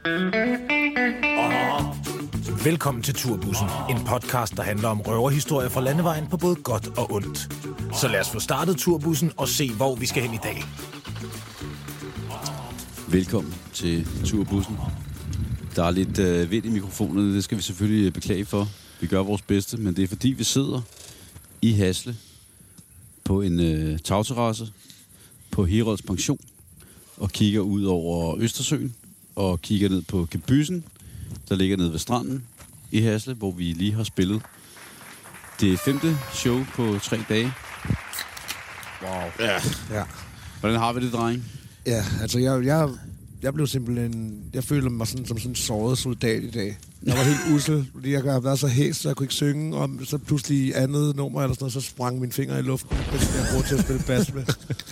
Velkommen til Turbussen, en podcast, der handler om røverhistorier fra landevejen på både godt og ondt. Så lad os få startet Turbussen og se, hvor vi skal hen i dag. Velkommen til Turbussen. Der er lidt vind i mikrofonerne, det skal vi selvfølgelig beklage for. Vi gør vores bedste, men det er fordi, vi sidder i Hasle på en tagterrasse på Herods Pension og kigger ud over Østersøen og kigger ned på Gebyssen, der ligger nede ved stranden i Hasle, hvor vi lige har spillet det 5. show på 3 dage. Wow. Ja. Hvordan har vi det, dreng? Ja, altså jeg blev simpelthen... Jeg følte mig sådan, som sådan en såret soldat i dag. Jeg var helt usel, fordi jeg har været så hæs, så jeg kunne ikke synge, og så pludselig andet nummer eller sådan noget, så sprang mine fingre i luften. Det skal jeg bruge til at spille bas med.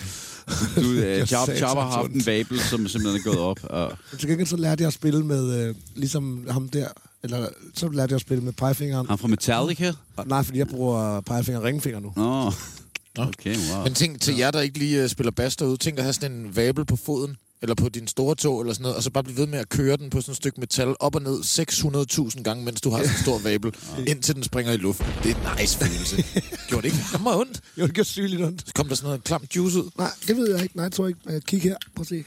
Chapa har haft en vabel, som simpelthen er gået op. Og... Til gengæld så lærte jeg at spille med, ligesom ham der, eller så lærte jeg at spille med pegefingeren. Han fra Metallica? Nej, fordi jeg bruger pegefinger og ringfinger nu. Nå. Okay, wow. Men tænk til jer, der ikke lige spiller bas derude, tænk at have sådan en vabel på foden, eller på din store tog, eller sådan noget, og så bare blive ved med at køre den på sådan et stykke metal op og ned 600.000 gange, mens du har sådan en stor vabel, indtil den springer i luften. Det er en nice følelse. Gjorde det ikke hammer ondt? Jo, det gjorde sygeligt ondt. Så kom der sådan noget klamt juice ud. Nej, det ved jeg ikke. Nej, jeg tror ikke. Kig her. Prøv at se.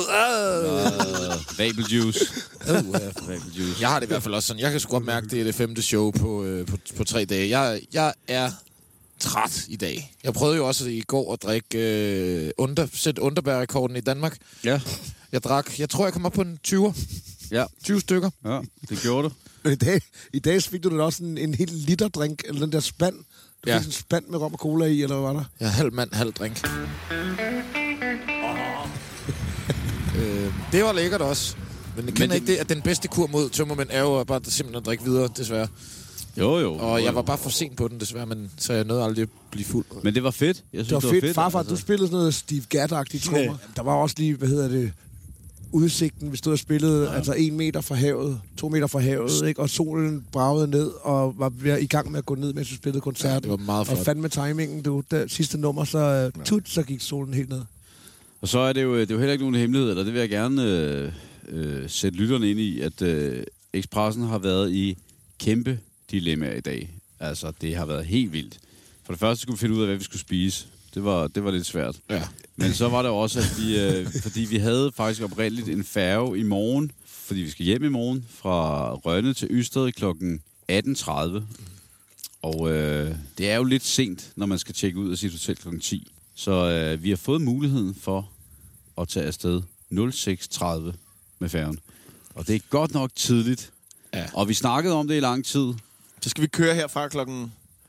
Vabeljuice. Jeg har det i hvert fald også sådan. Jeg kan sgu godt mærke, det er det 5. show på 3 dage. Jeg er træt i dag. Jeg prøvede jo også i går at drikke sætte Underberg-rekorden i Danmark. Ja. Jeg tror, jeg kom op på en 20'er. Ja. 20 stykker. Ja, det gjorde du. I dag fik du da også en hel liter drink, eller den der spand. Du fik en spand med rom og cola i, eller hvad var der? Ja, halv mand, halv drink. Det var lækkert også. Men jeg kender ikke det, at den bedste kur mod tømmermænd er jo bare simpelthen at drikke videre, desværre. Jo. Og jeg var bare for sent på den, desværre, men så jeg nåede aldrig at blive fuld. Men det var fedt. Jeg synes, det var fedt. Farfar, du spillede sådan noget Steve Gadd-agtigt trommer. Der var også lige, udsigten. Vi stod og spillede 1 meter fra havet, 2 meter fra havet, ikke? Og solen bragede ned, og var i gang med at gå ned, mens vi spillede koncerten. Det var meget flot. Og fandme timingen, du. Det sidste nummer, så gik solen helt ned. Og så er det jo heller ikke nogen hemmelighed, eller det vil jeg gerne sætte lytterne ind i, at Expressen har været i kæmpe dilemmaer i dag. Altså, det har været helt vildt. For det første skulle vi finde ud af, hvad vi skulle spise. Det var lidt svært. Ja. Men så var det også, at fordi vi havde faktisk oprindeligt en færge i morgen, fordi vi skal hjem i morgen, fra Rønne til Ystad kl. 18.30. Og det er jo lidt sent, når man skal tjekke ud af sit hotel kl. 10. Så vi har fået muligheden for at tage afsted 06.30 med færgen. Og det er godt nok tidligt. Ja. Og vi snakkede om det i lang tid. Så skal vi køre herfra klokken...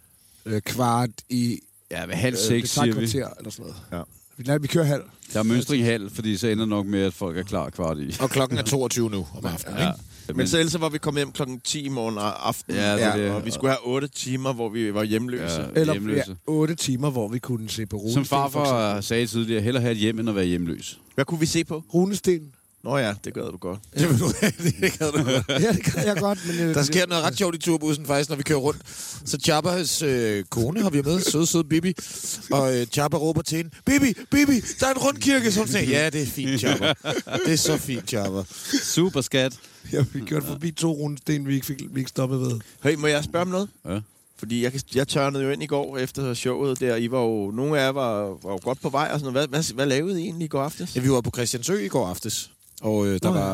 kvart i... Ja, ved 5:30, siger vi. Kvarter, eller sådan noget. Ja. Vi kører halv. Der er mønstring halv, fordi så ender nok med, at folk er klar kvart i. Og klokken er 22 nu om aftenen, ikke? Men så ellers var vi kommet hjem klokken 10 i morgen aften. Ja, det. Og vi skulle have 8 timer, hvor vi var hjemløse. Ja, eller hjemløse. 8 timer, hvor vi kunne se på Runesten. Som farfar sagde tidligere, hellere have et hjem, end at være hjemløs. Hvad kunne vi se på? Runesten. Nå ja, det gør du godt. Det gad du godt. Ja, det kan jeg godt, men... Der sker noget ret sjovt i turbussen faktisk, når vi kører rundt. Så Chappers kone har vi med, søde Bibi. Og Chapper råber til hende, Bibi, der er en rundkirke. Så hun siger, ja, det er fint, Chapper. Det er så fint, Chapper. Super skat. Ja, vi kørte forbi 2 rundesten, vi ikke stoppede ved. Hey, må jeg spørge om noget? Ja. Fordi jeg tørnede jo ind i går efter showet der. I var jo, nogle af jer var jo godt på vej og sådan noget. Hvad lavede I egentlig i går aftes? Ja, vi var på Christiansø i går aftes. Og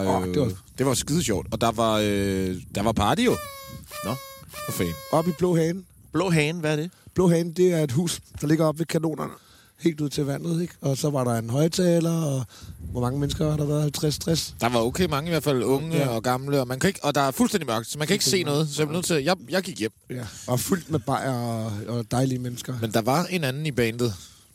det var skide sjovt. Og der var party jo. Nå, for fanden. Op i Blå Hane. Blå Hane, hvad er det? Blå Hane, det er et hus, der ligger op ved kanonerne. Helt ud til vandet, ikke? Og så var der en højtaler, og hvor mange mennesker har der været? 50-60? Der var okay mange i hvert fald, unge og gamle, og man kan ikke, og der er fuldstændig mørkt, så man kan ikke se noget. Så jeg blev nødt til, jeg gik hjem. Ja, og fyldt med bajer og dejlige mennesker. Men der var en anden i bandet,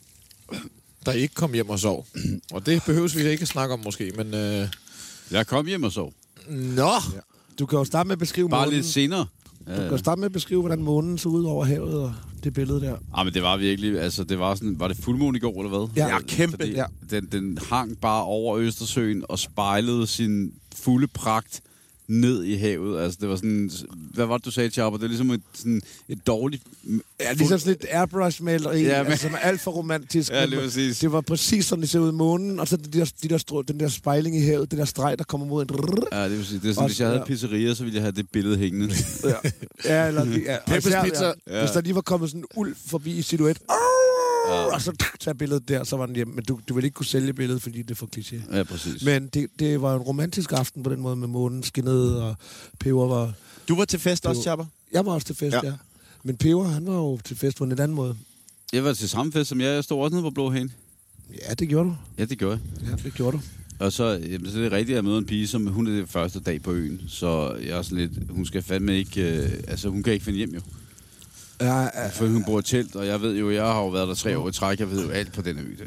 der ikke kom hjem og sov. Og det behøves vi ikke at snakke om måske, men... Jeg kom hjem og sov. Nå! Ja. Du kan jo starte med at beskrive bare månen. Lidt senere. Du kan jo starte med at beskrive, hvordan månen så ud over havet og det billede der. Men det var virkelig, altså det var sådan, var det fuldmåne i går, eller hvad? Ja, kæmpe. Fordi den hang bare over Østersøen og spejlede sin fulde pragt ned i havet. Altså, det var sådan... Hvad var det, du sagde, Chapper? Det er ligesom et dårligt... Ja, ligesom sådan et airbrush-maleri, Ja, men... som er alt for romantisk. Ja, det var præcis. Det var præcis sådan, det ser ud i månen, og så den der spejling i havet, det der streg, der kommer mod en... Ja, det vil sige. Det er sådan, hvis jeg havde pizzeria, så ville jeg have det billede hængende. Ja, eller... Ja, Peppers Pizza. Ja. Hvis der lige var kommet sådan en ulv forbi i silhuet, og så tager billedet der, så var den hjemme. Men du vil ikke kunne sælge billedet, fordi det er for kliché. Ja, præcis. Men det var en romantisk aften på den måde, med månen skinnede, og Peber var... Du var til fest også, Chapper? Jeg var også til fest, ja. Men Peber, han var jo til fest på en lidt anden måde. Jeg var til samme fest som jeg. Jeg stod også nede på Blå Hane. Ja, det gjorde du. Ja, det gjorde jeg. Ja, det gjorde du. Og så er det rigtigt, at jeg møder en pige, som hun er det første dag på øen. Så jeg er sådan lidt... Hun skal fandme ikke... hun kan ikke finde hjem, jo. Ja. For hun bor i telt, og jeg ved jo, jeg har jo været der 3 år i træk. Jeg ved jo alt på den ø.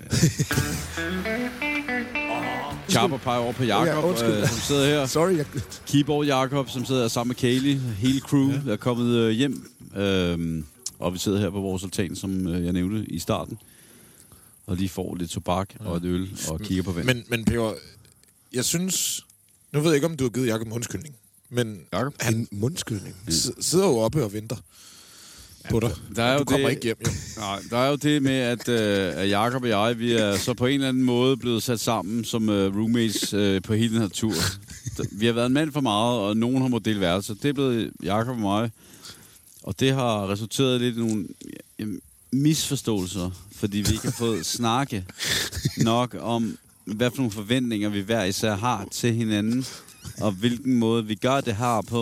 Chapper peger over på Jakob, som sidder her. Sorry. Keyboard Jakob, som sidder sammen med Kaylee. Hele crew er kommet hjem. Og vi sidder her på vores altan, som jeg nævnte i starten. Og lige får lidt tobak og et øl og kigger på vand. Men Peber, jeg synes... Nu ved jeg ikke, om du har givet Jakob en undskyldning. Men Jakob? Han mundskyldning. Sidder jo oppe og venter på dig. Der er jo du kommer det, ikke hjem, jo. Nej, der er jo det med, at Jakob og jeg, vi er så på en eller anden måde blevet sat sammen som roommates på hele den her tur. Vi har været en mand for meget, og nogen har måttet dele værelse. Det er blevet Jakob og mig. Og det har resulteret lidt i nogle misforståelser, fordi vi ikke har fået snakke nok om, hvad for nogle forventninger vi hver især har til hinanden, og hvilken måde vi gør det her på.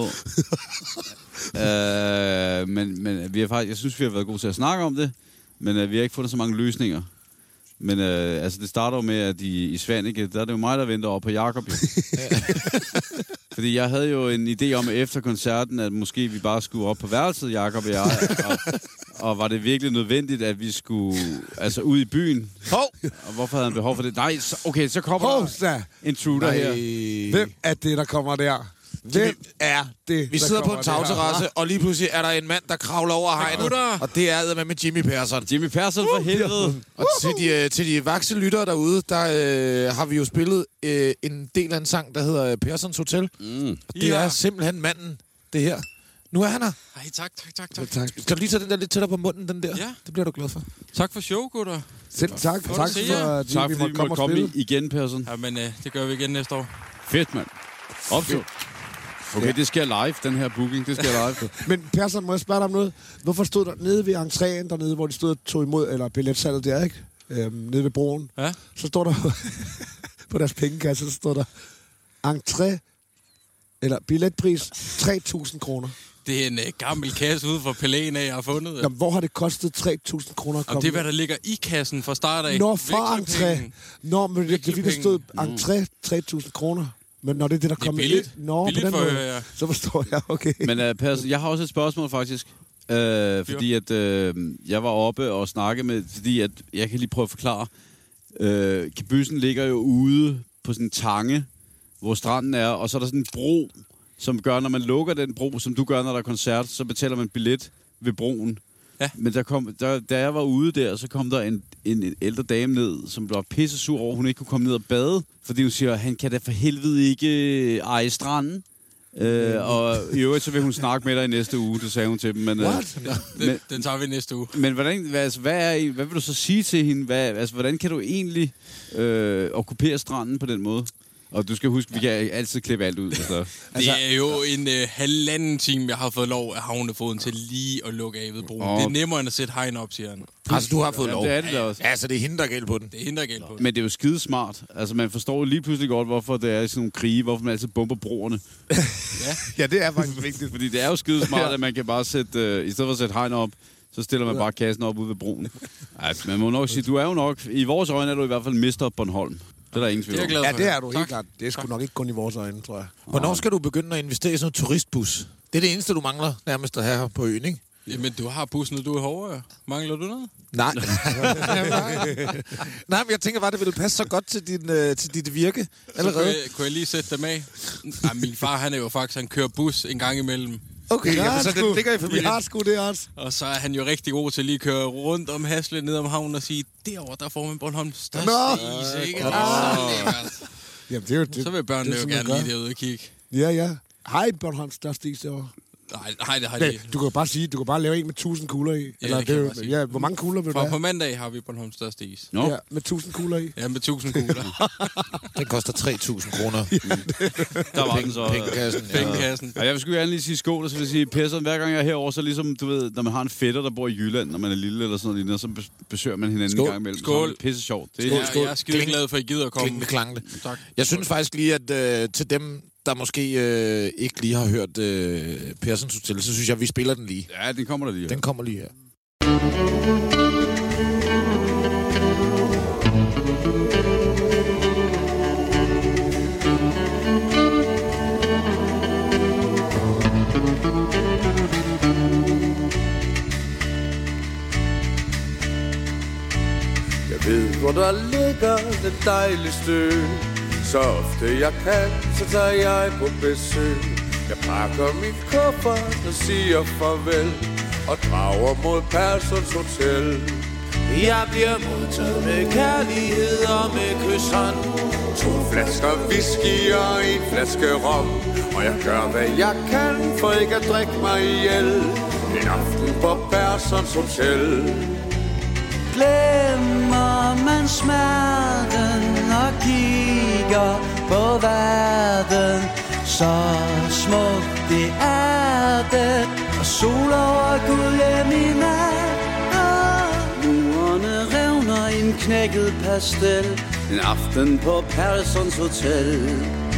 Men vi har faktisk, jeg synes, vi har været gode til at snakke om det, men vi har ikke fundet så mange løsninger. Men det starter jo med, at i Svanike, der er det jo mig, der venter over på Jakob. Fordi jeg havde jo en idé om, at efter koncerten, at måske vi bare skulle op på værelset, Jakob og jeg. Og var det virkelig nødvendigt, at vi skulle ud i byen? Og hvorfor havde han behov for det? Nej, så kommer der intruder her. Hvem er det, der kommer der? Hvem er det, vi sidder på en tagterrasse, og lige pludselig er der en mand, der kravler over hegnet. Og det er med Jimmy Persson. Jimmy Persson for helvede. Og til de vakse lyttere derude, der har vi jo spillet en del af en sang, der hedder Perssons Hotel. Det er simpelthen manden, det her. Nu er han her. Ej, tak. Skal du lige tage den der lidt tættere på munden, den der? Ja. Det bliver du glad for. Tak for show, gutter. Selv tak. Tak for, at vi måtte komme igen, Persson. Ja, men det gør vi igen næste år. Fedt, mand. Opsøg. Okay, det sker live, den her booking. Det sker live. Men Persson, må jeg spørge dig om noget? Hvorfor stod der nede ved entréen dernede, hvor de stod og tog imod, eller billetsalget der, ikke? Nede ved broen. Ja. Så står der på deres pengekasse, så står der entré, eller billetpris 3.000 kroner. Det er en gammel kasse ude fra Peléen, jeg har fundet. Jamen, hvor har det kostet 3.000 kroner at komme? Og det er, hvad der ligger i kassen fra start af. Nå, fra entré. Nå, men det er fordi, der stod entré 3.000 kroner. Men når det er det, der kommer ind... Nå, billigt på den for, måde, så forstår jeg, okay. Men Persson, jeg har også et spørgsmål, faktisk. Fordi at jeg var oppe og snakke med... Fordi at jeg kan lige prøve at forklare. Kabysen ligger jo ude på sådan en tange, hvor stranden er, og så er der sådan en bro, som gør, når man lukker den bro, som du gør, når der er koncert, så betaler man billet ved broen. Ja. Men da jeg var ude der, så kom der en ældre dame ned, som var pisse sur over, hun ikke kunne komme ned og bade, fordi hun siger, han kan da for helvede ikke eje stranden. Og i øvrigt, så vil hun snakke med dig i næste uge, det sagde hun til dem. Men, den tager vi næste uge. Men hvad vil du så sige til hende? Hvordan kan du egentlig okkupere stranden på den måde? Og du skal huske, vi kan altid klippe alt ud. Så. Det er jo en halvanden time, jeg har fået lov af havnefoden til lige at lukke af ved broen. Det er nemmere end at sætte hegn op, siger han. Altså, du har fået lov. Det er det da også. Altså, det er hende, der er galt på den. Det er hende, der er galt på den. Men det er jo skidesmart. Altså, man forstår jo lige pludselig godt, hvorfor det er i sådan nogle krige, hvorfor man altid bomber broerne. Ja, det er faktisk vigtigt. Fordi det er jo skidesmart, at man kan bare sætte, i stedet for at sætte hegn op, så stiller man bare kassen op ude ved broen. Altså, man må nok sige, du er jo nok, i vores øjne er du i hvert fald Mr. Bornholm. Det er der ingen tvivl om. Ja, det er du helt klart. Det er sgu nok ikke kun i vores øjne, tror jeg. Hvornår skal du begynde at investere i sådan en turistbus? Det er det eneste, du mangler nærmest at have her på øen, ikke? Jamen, du har bussen, og du er hårdere. Mangler du noget? Nej. Nej, men jeg tænker bare, det ville passe så godt til dit virke allerede. Så kunne jeg lige sætte dem af? Ej, min far, han er jo faktisk, han kører bus en gang imellem. Okay, ja, så det ligger i familien. Vi har sgu det også. Og så er han jo rigtig god til lige at køre rundt om Hasle, ned om havnen og sige, derovre, der får man Bornholms største is, ikke? Jamen, det er jo det. Så vil børnene det, jo gerne lige derude og kigge. Ja. Hej, Bornholms største is derovre. Nej, det har de ikke. Du kan bare sige, du kan bare lave en med 1000 kugler i. Ja, det kan jeg bare sige. Ja, hvor mange kugler vil du have? På mandag har vi Bornholms største is. Nå. Ja, med 1000 kugler i. Ja, med 1000 kugler. Den koster 3.000 kroner. Der var den så. Pengekassen. Pengekassen. Og jeg vil sgu gerne lige sige skål, og så vil jeg sige, Persson, hver gang jeg er herovre, så ligesom, du ved, når man har en fætter, der bor i Jylland, når man er lille eller sådan noget, så besøger man hinanden en gang imellem. Skål. Det er pisse sjovt. Det er Jeg er skide glad for, at I gider at komme. Klingende. Tak. Jeg synes faktisk lige, at til dem, der måske ikke lige har hørt Persons Hotel, så synes jeg, at vi spiller den lige. Ja, den kommer der lige. Den kommer lige her. Jeg ved, hvor der ligger den dejligste ø. Så ofte jeg kan, så tager jeg på besøg. Jeg pakker min kuffert og siger farvel og drager mod Persons Hotel. Jeg bliver modtaget med kærlighed og med kyshånd. 2 flasker whisky og 1 flaske rom. Og jeg gør, hvad jeg kan for ikke at drikke mig ihjel. En aften på Persons Hotel. Glemmer man smerten og kigger på verden, så smukt det er det, og sol over Gud hjem i nat, og murene revner i en knækket pastel, en aften på Persons Hotel.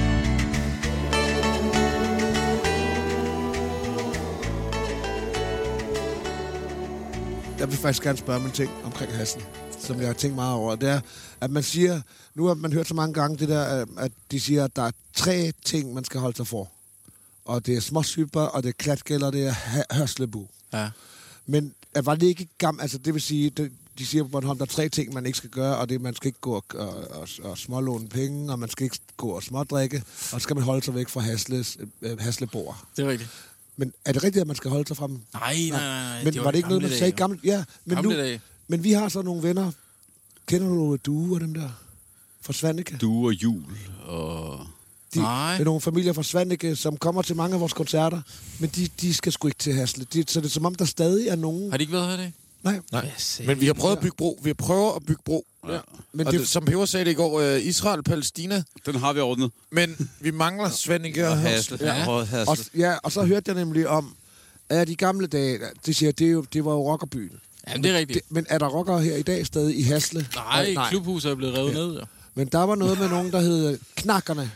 Jeg vil faktisk gerne spørge om en ting omkring hassen, som jeg har tænkt meget over. Det er, at man siger, nu har man hørt så mange gange det der, at de siger, at der er 3 ting, man skal holde sig for. Og det er småsyper, og det er klatgælder, og det er hørslebu. Ja. Men var det ikke gammelt? Altså det vil sige, de siger på Bornholm, der er 3 ting, man ikke skal gøre, og det er, man skal ikke gå og smålåne penge, og man skal ikke gå og smådrikke, og så skal man holde sig væk fra haslebord. Det er rigtigt. Men er det rigtigt, at man skal holde sig fra dem? Nej. Men var det ikke noget, man sagde gammelt? Ja, men gamle nu... dage. Men vi har så nogle venner. Kender du Due og dem der? Fra Svanike? Du og Jul og... Nej. Det er nogle familier fra Svanike, som kommer til mange af vores koncerter, men de skal sgu ikke til Hasle. Så det er som om, der stadig er nogen... Har de ikke været her i dag? Nej. Men vi har prøvet at bygge bro. Vi har prøvet at bygge bro. Ja. Men og det, som Peber sagde det i går, Israel-Palæstina. Den har vi ordnet. Men vi mangler Svanike og Hasle. Og så hørte jeg nemlig om, at de gamle dage, det siger, det var jo rockerbyen. Jamen, det er rigtigt. Men er der rockere her i dag stadig i Hasle? Nej, klubhuset er blevet revet ned, ja. Men der var noget med nogen, der hed Knakkerne.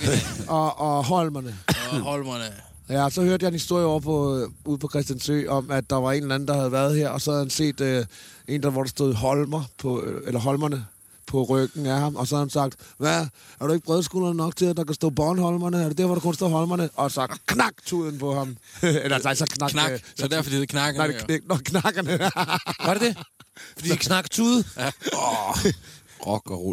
og Holmerne. Og Holmerne. Ja, så hørte jeg en historie ude på Christiansø om, at der var en eller anden, der havde været her, og så havde han set en, hvor der stod Holmerne på ryggen af ham, og så havde han sagt, hvad, er du ikke bredskuldrene nok til, at der kan stå Bornholmerne? Er det der, hvor der kun står Holmerne? Og så knak tuden på ham. Eller så knak. Så derfor det hedder Knakkerne. Nej, Knakkerne. Var det det? Fordi knak tude? Ja. Rock og rull.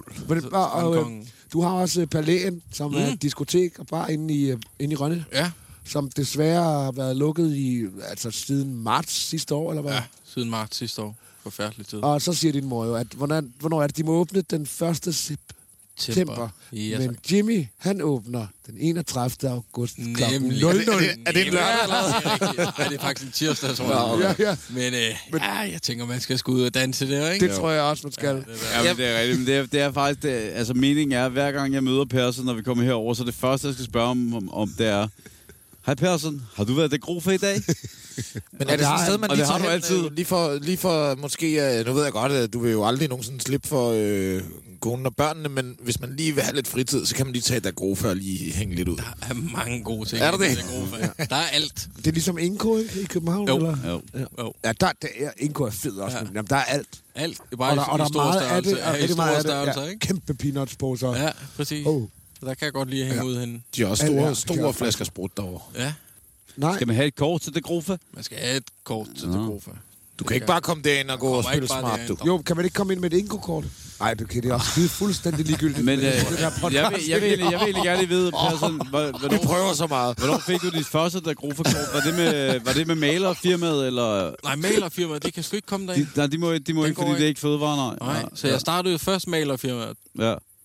Du har også Palæen, som er et diskotek, og bare inde i Rønne. Ja. Som desværre har været lukket siden marts sidste år, eller hvad? Ja, siden marts sidste år. Forfærdelig tid. Og så siger din mor jo, at hvornår er det, de må åbne den 1. september. Ja, men Jimmy, han åbner den 31. august kl. 00. Er det en lørdag eller Ja, det er faktisk en tirsdag, tror jeg. Ja. Men jeg tænker, man skal ud og danse der, ikke? Det tror jeg også, man skal. Ja, men det er rigtigt. Men det er faktisk... altså, meningen er, at hver gang jeg møder Persson, når vi kommer herover, så det første, jeg skal spørge om det er... Hej Persson, har du været i Grofa i dag? Men er det sådan et sted, man lige tager hen, altid? Lige for måske... nu ved jeg godt, at du vil jo aldrig nogensinde slippe for konen og børnene, men hvis man lige vil have lidt fritid, så kan man lige tage der Grofa og lige hænge lidt ud. Der er mange gode ting. Er der det? Der er alt. Det er ligesom Inko, ikke? I København, Jo. eller? Jo. Ja, Inko er fed også, men jamen, der er alt. Alt. Det er bare og der er meget af det, og i store størrelser, ja, ikke? Kæmpe peanutsposer. Ja, præcis. Der kan jeg godt lige hænge ud henne. De har også store flasker sprut derovre. Ja. Nej. Skal man have et kort til det Grofa? Man skal have et kort til det Grofa. Du kan ikke bare komme derind og gå og spille smart, du. Jo, kan man ikke komme ind med et Inko-kort? Nej, det kan det også. Det er fuldstændig ligegyldigt. Men jeg vil egentlig gerne vide, Persson, vi prøver så meget. Hvornår fik du dit første der Grofa-kort? Var det med malerfirmaet, eller? Nej, malerfirmaet, det kan sgu ikke komme derind. De må ikke, fordi det er ikke fødevarer, nej. Så jeg startede jo først malerfirmaet. Ja.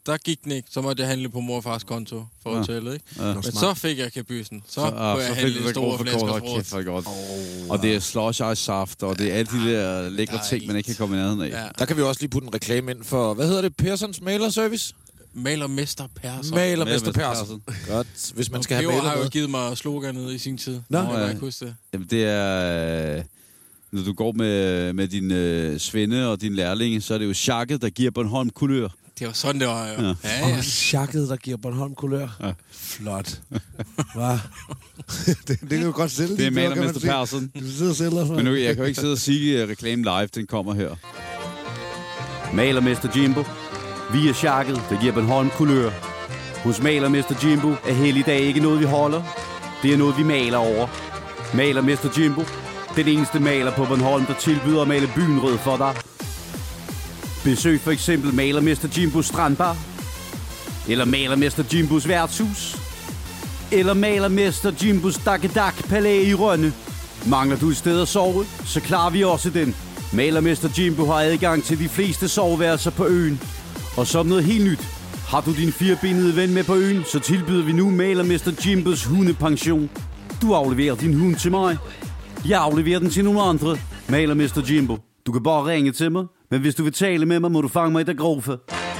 der gik den ikke. Så måtte jeg handle på mor og fars konto for hotellet, ikke? Ja. Men så fik jeg kabysen. Så kunne jeg handle store flasker frort. Og det er slush ice saft, og det er alle de der lækre ting, man ikke kan komme i nærheden af. Ja. Der kan vi også lige putte en reklame ind for, hvad hedder det, Pearsons malerservice? Malermester Persson. Malermester Persson. Godt, hvis man skal have maler har jo med. givet mig sloganet i sin tid. Nå, jeg kan ikke huske det. Jamen, det er... Når du går med din svende og din lærlinge, så er det jo sjakket, der giver Bornholm kulør. Det var sådan, det var jo. Ja. Og sjakket, der giver Bornholm kulør. Ja. Flot. Hva? det kan du godt sælge. Det er Malermester Persson. Du sidder og sælger. Men nu, jeg kan jo ikke sidde og sige reklame live, den kommer her. Malermester Jimbo. Vi er sjakket, der giver Bornholm kulør. Hos Malermester Jimbo er helligdag ikke noget, vi holder. Det er noget, vi maler over. Malermester Jimbo. Den eneste maler på Bornholm, der tilbyder at male byen rød for dig. Besøg for eksempel Malermester Jimbos strandbar. Eller Malermester Jimbos værtshus. Eller Malermester Jimbos Dakkedak Palæ i Rønne. Mangler du et sted at sove, så klarer vi også den. Malermester Jimbo har adgang til de fleste soveværelser på øen. Og som noget helt nyt, har du din firebenede ven med på øen, så tilbyder vi nu Malermester Jimbos hundepension. Du afleverer din hund til mig. Jeg afleverer den til nogle andre. Malermester Jimbo. Du kan bare ringe til mig, men hvis du vil tale med mig, må du fange mig i der grove.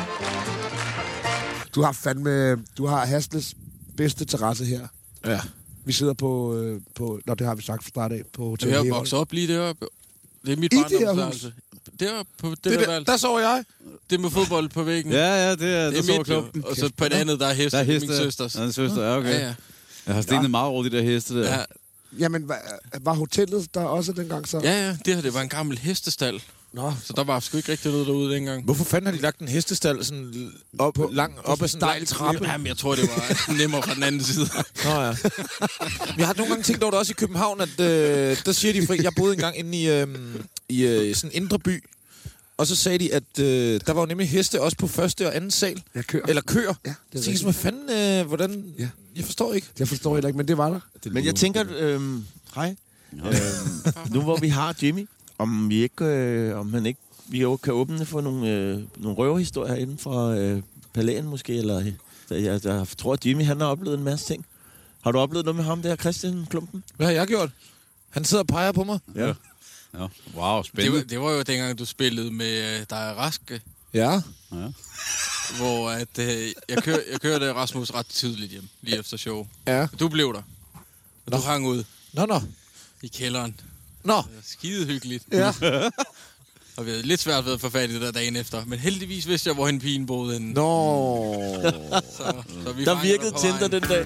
Du har Hasles bedste terrasse her. Ja. Vi sidder på det har vi sagt fra start af, på Hotel Jeg Herold. vokset op lige deroppe. Det er mit I det her barndomsværelse. Deroppe på det der værelse. Der sover jeg. Det med fodbold på væggen. Ja, det er mit jo. Og så på det andet, der er heste. Der er heste. Min søsters. Ja, søster, ja, okay. Ja. Jeg har stenet meget over de der heste der. Ja. Jamen, var hotellet der også dengang så? Ja, det var en gammel hestestald. Nå. Så der var sgu ikke rigtig noget derude dengang. Hvorfor fanden har de lagt en hestestald sådan op ad sådan en lang trappe? Jamen, jeg tror, det var nemmere fra den anden side. Nå ja. Jeg har nogle gange tænkt over det også i København, at der siger de, for jeg boede engang inde i sådan en indre by, og så sagde de, at der var jo nemlig heste også på første og anden sal. Ja, køer. Eller køer. Ja, det er så tænkte, hvad fanden, hvordan... Ja. Jeg forstår ikke. Jeg forstår heller ikke, men det var der. Men jeg tænker, hej, nu hvor vi har Jimmy, om vi kan åbne for nogle røverhistorier inden for palæen måske, eller jeg tror, at Jimmy han har oplevet en masse ting. Har du oplevet noget med ham der, Christian Klumpen? Hvad har jeg gjort? Han sidder og peger på mig. Ja. Ja. Wow, spændende. Det var jo dengang, du spillede med dig Raske. Ja. Hvor at, jeg kørte Rasmus ret tidligt hjem, lige efter show. Ja. Du blev der. Og du hang ud Nå. i kælderen. Nå. Skide hyggeligt. Ja. Og vi havde lidt svært ved at få fat i det der dagen efter. Men heldigvis vidste jeg, hvor hende pigen boede henne. Nå. Så vi der virkede Tinder den dag.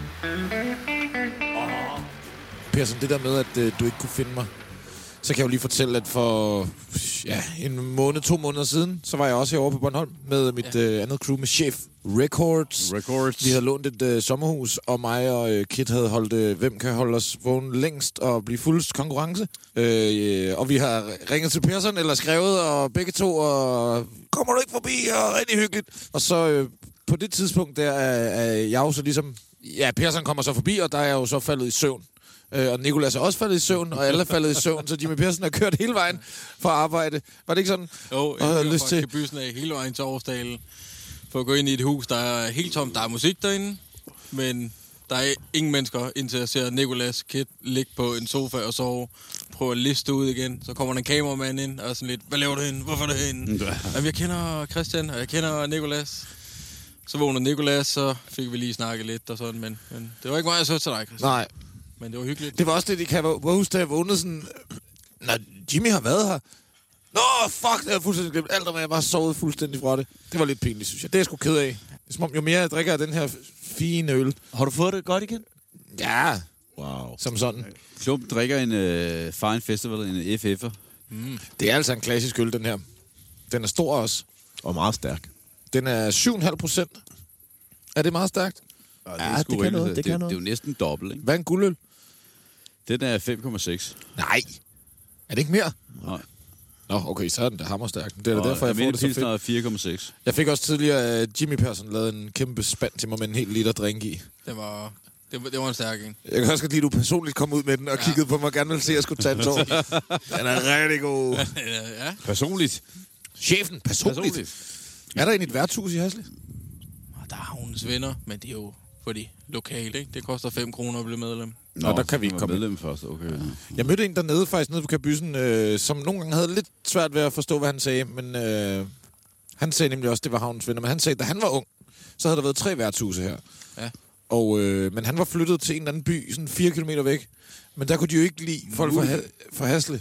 Persson, det der med, at du ikke kunne finde mig, så kan jeg jo lige fortælle, at for en måned, 2 måneder siden, så var jeg også herovre på Bornholm med mit andet crew med Chef Records. Vi havde lånt et sommerhus, og mig og Kit havde holdt, hvem kan holde os vågen længst og blive fuldst konkurrence. Og vi har ringet til Persson, eller skrevet, og begge to, og kommer du ikke forbi, og rigtig hyggeligt. Og så på det tidspunkt, der er jeg jo så ligesom, Persson kommer så forbi, og der er jeg jo så faldet i søvn. Og Nicolas er også faldet i søvn, og alle er faldet i søvn, så Jimmy Persson har kørt hele vejen for at arbejde. Var det ikke sådan? Jo, jeg kører fra Kabysen af hele vejen til Aarhusdalen for at gå ind i et hus, der er helt tomt. Der er musik derinde, men der er ingen mennesker, indtil jeg ser Nicolas Kid ligge på en sofa og sove. Prøver at liste ud igen. Så kommer der en kameramand ind og sådan lidt, hvad laver du henne? Hvorfor er du henne? Jamen, jeg kender Christian, og jeg kender Nicolas. Så vågner Nicolas, så fik vi lige snakket lidt og sådan, men det var ikke meget, jeg så til dig, Christian. Nej. Men det var hyggeligt. Det var også det, de kan huske, da jeg vågnede sådan... Når Jimmy har været her. Nå, fuck, det har jeg fuldstændig glemt. Alt om jeg bare sovet fuldstændig fra det. Det var lidt pinligt, synes jeg. Det er jeg sgu ked af. Det er som om, jo mere jeg drikker af den her fine øl. Har du fået det godt igen? Ja. Wow. Som sådan. Klump drikker en Fine Festival, en FF'er. Det er altså en klassisk øl, den her. Den er stor også. Og meget stærk. Den er 7,5%. Er det meget stærkt? Ja, det kan noget. Det er jo næsten dobbelt, ikke? Hvad er en guldøl? Den er 5,6. Nej. Er det ikke mere? Nej. Nå, okay, så er den da hammerstærk. Det er derfor, jeg får det så fedt. 4,6. Jeg fik også tidligere, at Jimmy Persson lavede en kæmpe spand til mig med en hel liter drink i. Det var en stærk en. Jeg kan også godt lide, at du personligt kom ud med den og kiggede på mig og gerne ville se, at jeg skulle tage en tår. Den er rigtig god. Ja. Personligt. Chefen, personligt. Er der en i et værtshus i Hasle? der er havnens venner, men det er jo for de lokale, ikke? Det koster 5 kroner at blive medlem. Nå, der kan vi ikke komme medlem først. Okay. Jeg mødte en dernede, faktisk nede på Kabysen, som nogle gange havde lidt svært ved at forstå, hvad han sagde, men han sagde nemlig også, det var havnens venner, men han sagde, da han var ung, så havde der været 3 værtshuse her. Ja. Og, men han var flyttet til en eller anden by, sådan 4 kilometer væk, men der kunne de jo ikke lide folk fra Hasle.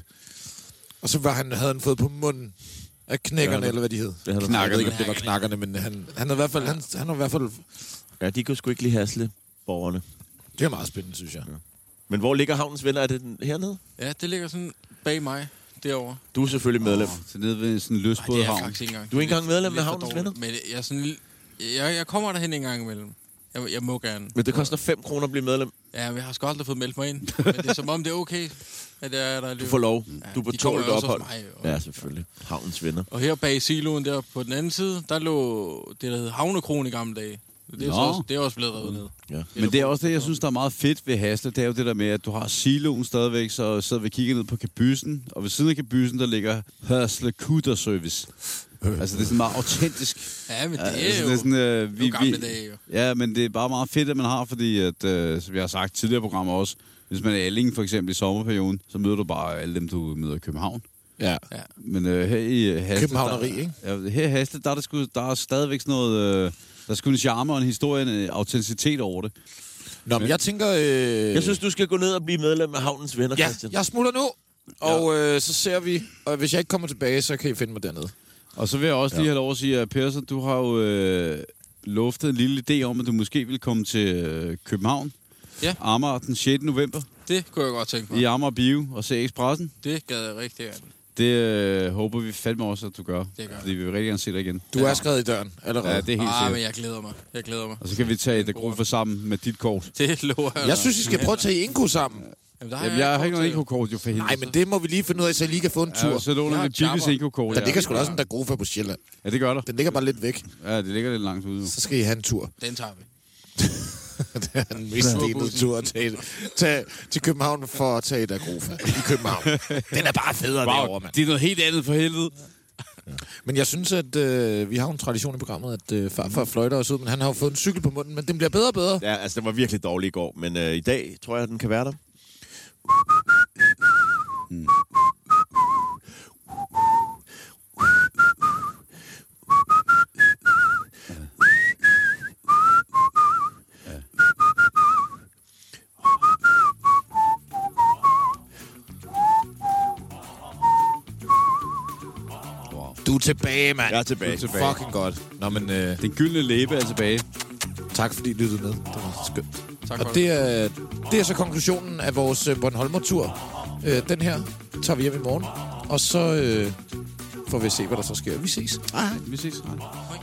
Og så havde han fået på munden af knækkerne, eller hvad de hed. Knakkerne. Jeg ved ikke, om det var knakkerne, men han har i hvert fald... Han har i hvert fald... Ja, de kunne sgu ikke lide Hasle-borgerne. Det er meget spændende, synes jeg. Ja. Men hvor ligger havnens venner? Er det hernede? Ja, det ligger sådan bag mig, derovre. Du er selvfølgelig medlem. Så nede ved sådan en løsbådehavn. Nej, det er faktisk ikke engang. Du er ikke engang medlem med havnens venner? Men jeg er sådan... Jeg kommer derhen en gang imellem. Jeg må gerne. Men det koster 5 kroner at blive medlem. Ja, men jeg har sgu aldrig fået meldt mig ind. Men det er som om, det er okay. At der du får lov. Ja, du er på tålt ophold. Mig, ja, selvfølgelig. Havnens venner. Og her bag siloen der på den anden side, der lå det, der hed Havnekron i gamle dage. Det er også blevet revet ned. Ja. Men det er også det, jeg synes, der er meget fedt ved Hasle. Det er jo det der med, at du har siloen stadigvæk, så sidder vi og kigger ned på Kabysen. Og ved siden af Kabysen, der ligger Hasle Kutter Service. Altså, det er sådan meget autentisk. Ja, men det er altså, jo, det er sådan, gamle dage, jo. Ja, men det er bare meget fedt, at man har, fordi, at, som jeg har sagt tidligere programmer også, hvis man er i Alling, for eksempel i sommerperioden, så møder du bare alle dem, du møder i København. Ja. Men her i Hasle... Københavneri, ikke? Ja, her i Hasle, der er stadigvæk sådan noget... der er sgu en charme og en historie, en autenticitet over det. Nå, men jeg tænker... Jeg synes, du skal gå ned og blive medlem af havnens venner, Christian. Ja, jeg smutter nu, og så ser vi. Og hvis jeg ikke kommer tilbage, så kan I finde mig dernede. Og så vil jeg også lige have lov at sige, at Persson, du har jo luftet en lille idé om, at du måske vil komme til København. Ja. Amager den 6. november. Det kunne jeg godt tænke mig. I Amager Bio og se Expressen. Det gad jeg rigtig gerne. Det håber vi fandme også, at du gør. Det gør. Fordi vi vil rigtig gerne se dig igen. Du er skrevet i døren allerede. Ja, det er helt sikkert. Men jeg glæder mig. Og så kan vi tage det gruppe sammen med dit kort. Det lover jeg. Jeg synes, I skal prøve at tage Inko sammen. Jamen, jeg har ikke noget Inko-kort, jo for helvede. Nej, men det må vi lige finde ud af, så I lige kan få en tur. Ja, så låner vi Bibis Inko-kort. Der ligger sgu da også en Dagrofa på Sjælland. Ja, det gør der. Den ligger bare lidt væk. Ja, det ligger lidt langt ude. Så skal I have en tur. Den tager vi. Det er en misdelede tur at tage til København for at tage Dagrofa i København. Den er bare federe derovre, mand. Det er noget helt andet for helvede. Ja. Men jeg synes, at vi har en tradition i programmet, at farfar fløjter os ud, men han har jo fået en cykel på munden, men den bliver bedre og bedre. Ja, altså, den var virkelig dårlig i går, men i dag tror jeg, at den kan være der. Du er tilbage, mand. Jeg er tilbage. Fucking godt. Nå, men, Den gyldne læbe er tilbage. Tak fordi I lyttede med. Det var skønt. Tak og det er så konklusionen af vores Bornholmer-tur. Den her tager vi hjem i morgen. Og så får vi se, hvad der så sker. Vi ses. Vi ses. Hej.